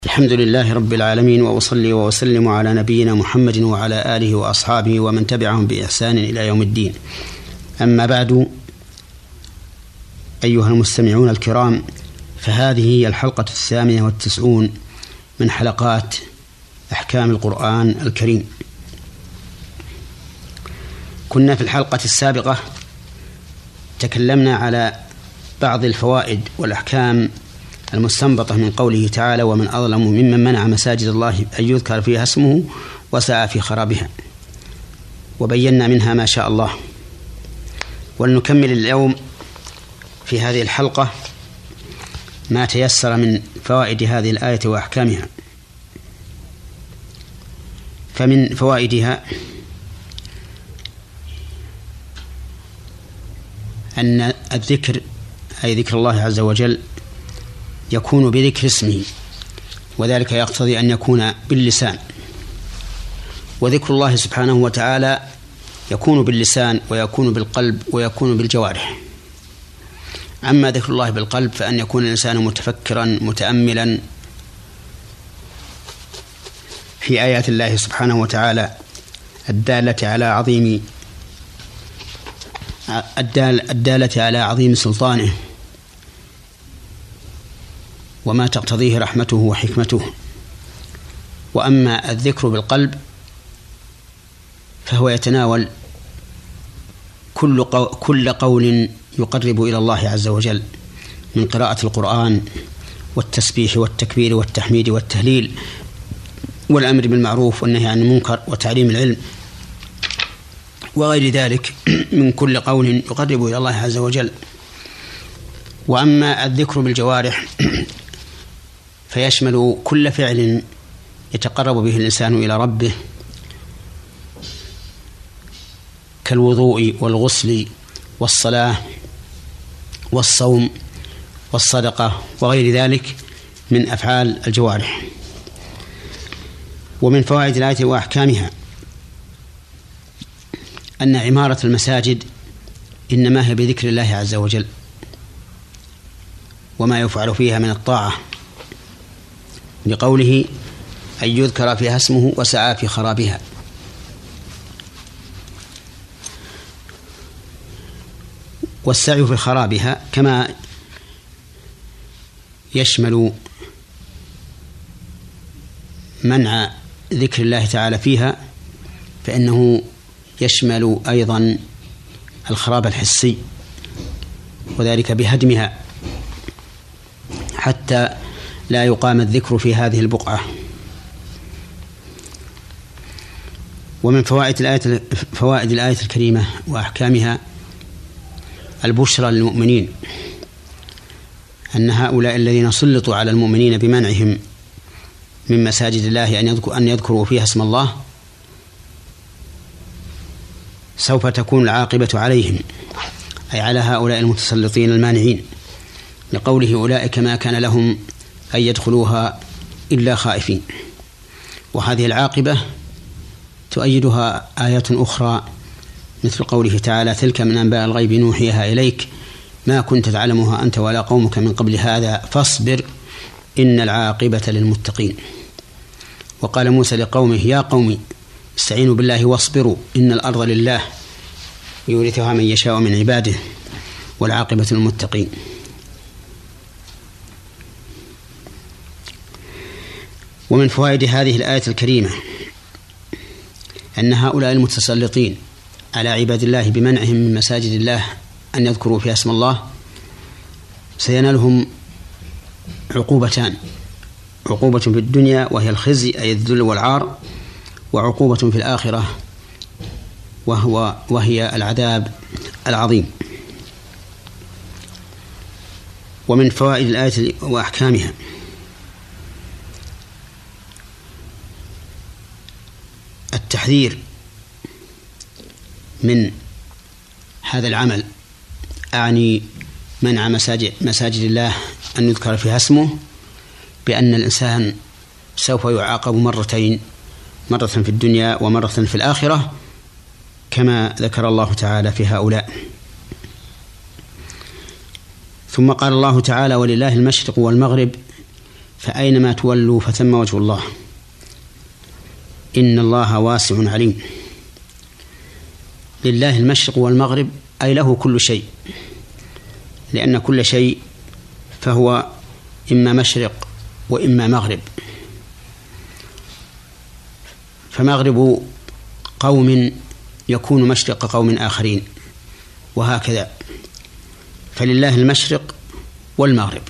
الحمد لله رب العالمين، وأصلي وأسلم على نبينا محمد وعلى آله وأصحابه ومن تبعهم بإحسان إلى يوم الدين. أما بعد، أيها المستمعون الكرام، فهذه هي الحلقة 98 من حلقات أحكام القرآن الكريم. كنا في الحلقة السابقة تكلمنا على بعض الفوائد والأحكام المستنبطة من قوله تعالى: ومن أظلم ممن منع مساجد الله أن يذكر فيها اسمه وسعى في خرابها، وبينا منها ما شاء الله. ولنكمل اليوم في هذه الحلقة ما تيسر من فوائد هذه الآية وأحكامها. فمن فوائدها أن الذكر، أي ذكر الله عز وجل، يكون بذكر اسمه، وذلك يقتضي أن يكون باللسان. وذكر الله سبحانه وتعالى يكون باللسان ويكون بالقلب ويكون بالجوارح. أما ذكر الله بالقلب فأن يكون الإنسان متفكرا متأملا في آيات الله سبحانه وتعالى الدالة على عظيم سلطانه وما تقتضيه رحمته وحكمته. وأما الذكر بالقلب فهو يتناول كل قول يقرب إلى الله عز وجل من قراءة القرآن والتسبيح والتكبير والتحميد والتهليل والأمر بالمعروف والنهي عن المنكر وتعليم العلم وغير ذلك من كل قول يقرب إلى الله عز وجل. وأما الذكر بالجوارح فيشمل كل فعل يتقرب به الإنسان إلى ربه كالوضوء والغسل والصلاة والصوم والصدقة وغير ذلك من أفعال الجوارح. ومن فوائد الآية وأحكامها أن عمارة المساجد إنما هي بذكر الله عز وجل وما يفعل فيها من الطاعة، لقوله: أن يذكر فيها اسمه وسعى في خرابها. والسعي في خرابها كما يشمل منع ذكر الله تعالى فيها، فإنه يشمل أيضا الخراب الحسي، وذلك بهدمها حتى لا يقام الذكر في هذه البقعة. ومن فوائد الآية الكريمة وأحكامها البشرى للمؤمنين، أن هؤلاء الذين سلطوا على المؤمنين بمنعهم من مساجد الله أن يذكروا فيها اسم الله سوف تكون العاقبة عليهم، أي على هؤلاء المتسلطين المانعين، لقوله: أولئك ما كان لهم أن يدخلوها إلا خائفين. وهذه العاقبة تؤيدها آيات أخرى مثل قوله تعالى: تلك من أنباء الغيب نوحيها إليك ما كنت تعلمها أنت ولا قومك من قبل هذا فاصبر إن العاقبة للمتقين. وقال موسى لقومه: يا قوم استعينوا بالله واصبروا إن الأرض لله يورثها من يشاء من عباده والعاقبة للمتقين. ومن فوائد هذه الآية الكريمة أن هؤلاء المتسلطين على عباد الله بمنعهم من مساجد الله أن يذكروا فيها اسم الله سينالهم عقوبتان: عقوبة في الدنيا وهي الخزي أي الذل والعار، وعقوبة في الآخرة وهي العذاب العظيم. ومن فوائد الآية وأحكامها التحذير من هذا العمل، أعني منع مساجد الله أن يذكر فيها اسمه، بأن الإنسان سوف يعاقب مرتين، مرة في الدنيا ومرة في الآخرة، كما ذكر الله تعالى في هؤلاء. ثم قال الله تعالى: ولله المشرق والمغرب فأينما تولوا فثم وجه الله إن الله واسع عليم. لله المشرق والمغرب أي له كل شيء، لأن كل شيء فهو إما مشرق وإما مغرب، فمغرب قوم يكون مشرق قوم آخرين، وهكذا، فلله المشرق والمغرب.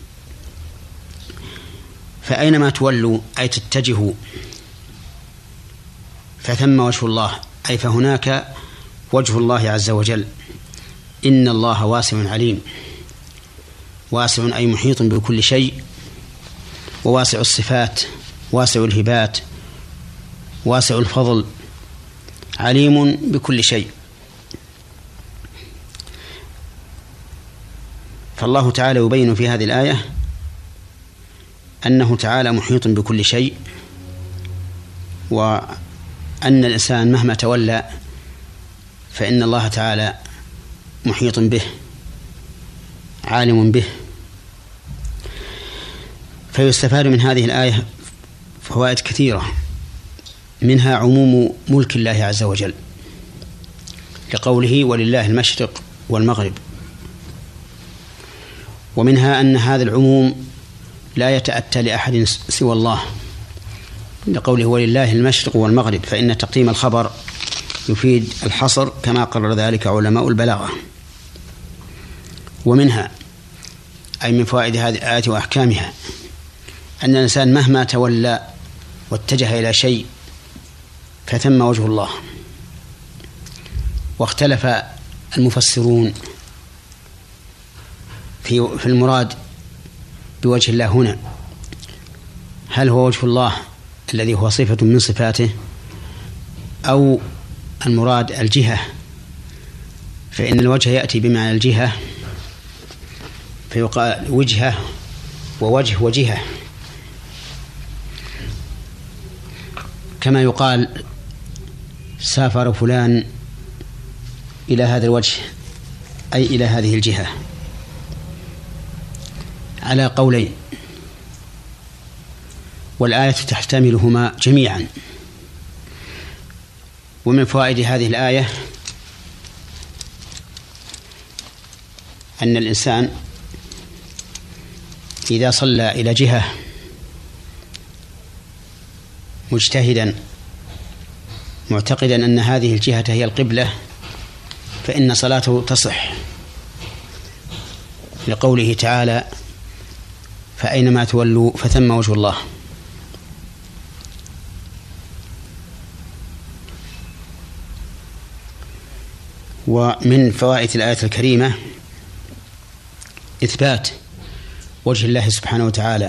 فأينما تولوا أي تتجهوا فثم وجه الله أي فهناك وجه الله عز وجل. إن الله واسع عليم، واسع أي محيط بكل شيء، وواسع الصفات، واسع الهبات، واسع الفضل، عليم بكل شيء. فالله تعالى يبين في هذه الآية أنه تعالى محيط بكل شيء، وأن الإنسان مهما تولى فإن الله تعالى محيط به عالم به. فيستفاد من هذه الآية فوائد كثيرة، منها عموم ملك الله عز وجل لقوله ولله المشرق والمغرب، ومنها أن هذا العموم لا يتأتى لأحد سوى الله لقوله ولله المشرق والمغرب، فإن تقديم الخبر يفيد الحصر كما قرر ذلك علماء البلاغة. ومنها أي من فوائد هذه الآية وأحكامها أن الإنسان مهما تولى واتجه إلى شيء فثم وجه الله. واختلف المفسرون في المراد بوجه الله هنا، هل هو وجه الله الذي هو صفة من صفاته، أو المراد الجهة، فإن الوجه يأتي بمعنى الجهة فيقال وجهة ووجه وجهة، كما يقال سافر فلان إلى هذا الوجه أي إلى هذه الجهة، على قولين، والآية تحتملهما جميعا. ومن فوائد هذه الآية أن الإنسان إذا صلى إلى جهة مجتهدا معتقدا أن هذه الجهة هي القبلة فإن صلاته تصح، لقوله تعالى فأينما تولوا فثم وجه الله. ومن فوائد الآية الكريمة إثبات وجه الله سبحانه وتعالى،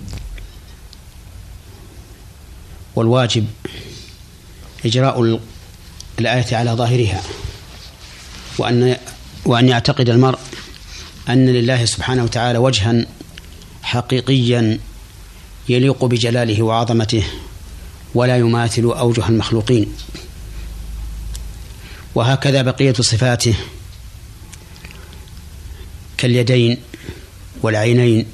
والواجب إجراء الآية على ظاهرها، وأن يعتقد المرء أن لله سبحانه وتعالى وجها حقيقيا يليق بجلاله وعظمته ولا يماثل أوجه المخلوقين. وهكذا بقية صفاته كاليدين والعينين،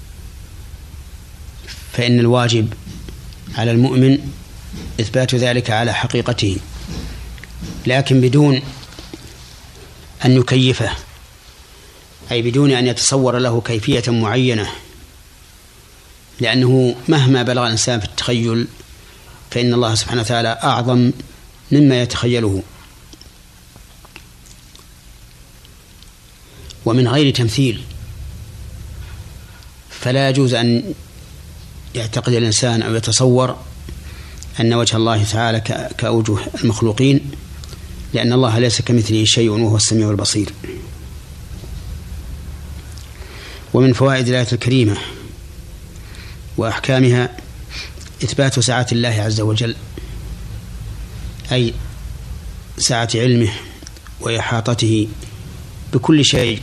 فإن الواجب على المؤمن إثبات ذلك على حقيقته، لكن بدون أن يكيفه، أي بدون أن يتصور له كيفية معينة، لأنه مهما بلغ الإنسان في التخيل فإن الله سبحانه وتعالى أعظم مما يتخيله. ومن غير تمثيل، فلا يجوز أن يعتقد الإنسان أو يتصور أن وجه الله تعالى كأوجه المخلوقين، لأن الله ليس كمثله شيء وهو السميع البصير. ومن فوائد الآية الكريمة وأحكامها إثبات سعة الله عز وجل، أي سعة علمه وإحاطته بكل شيء،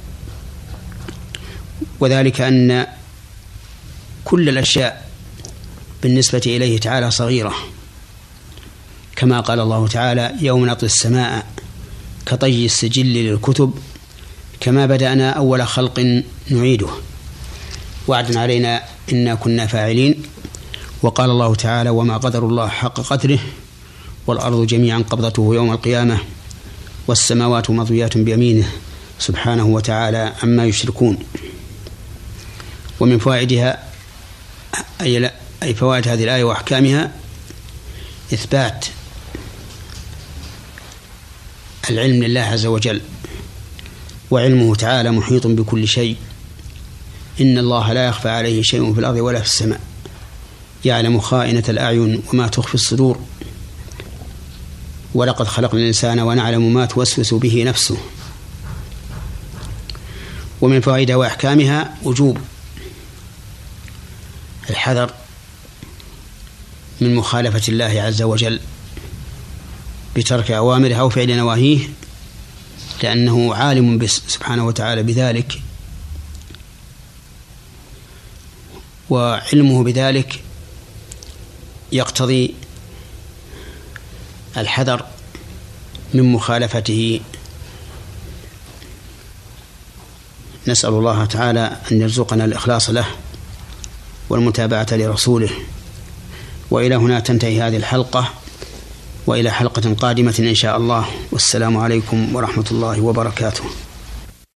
وذلك أن كل الأشياء بالنسبة إليه تعالى صغيرة، كما قال الله تعالى يوم نطوي السماء كطي السجل للكتب كما بدأنا أول خلق نعيده. وعدا علينا إنا كنا فاعلين. وقال الله تعالى: وما قدر الله حق قدره والأرض جميعا قبضته يوم القيامة والسماوات مطويات بيمينه سبحانه وتعالى عما يشركون. ومن فوائدها أي فوائد هذه الآية وأحكامها إثبات العلم لله عز وجل، وعلمه تعالى محيط بكل شيء. إن الله لا يخفى عليه شيء في الأرض ولا في السماء، يعلم خائنة الأعين وما تخفي الصدور، ولقد خلقنا الإنسان ونعلم ما توسوس به نفسه. ومن فوائدها وأحكامها وجوب الحذر من مخالفة الله عز وجل بترك أوامره أو فعل نواهيه، لأنه عالم سبحانه وتعالى بذلك، وعلمه بذلك يقتضي الحذر من مخالفته. نسأل الله تعالى أن يرزقنا الإخلاص له والمتابعة لرسوله. وإلى هنا تنتهي هذه الحلقة، وإلى حلقة قادمة إن شاء الله، والسلام عليكم ورحمة الله وبركاته.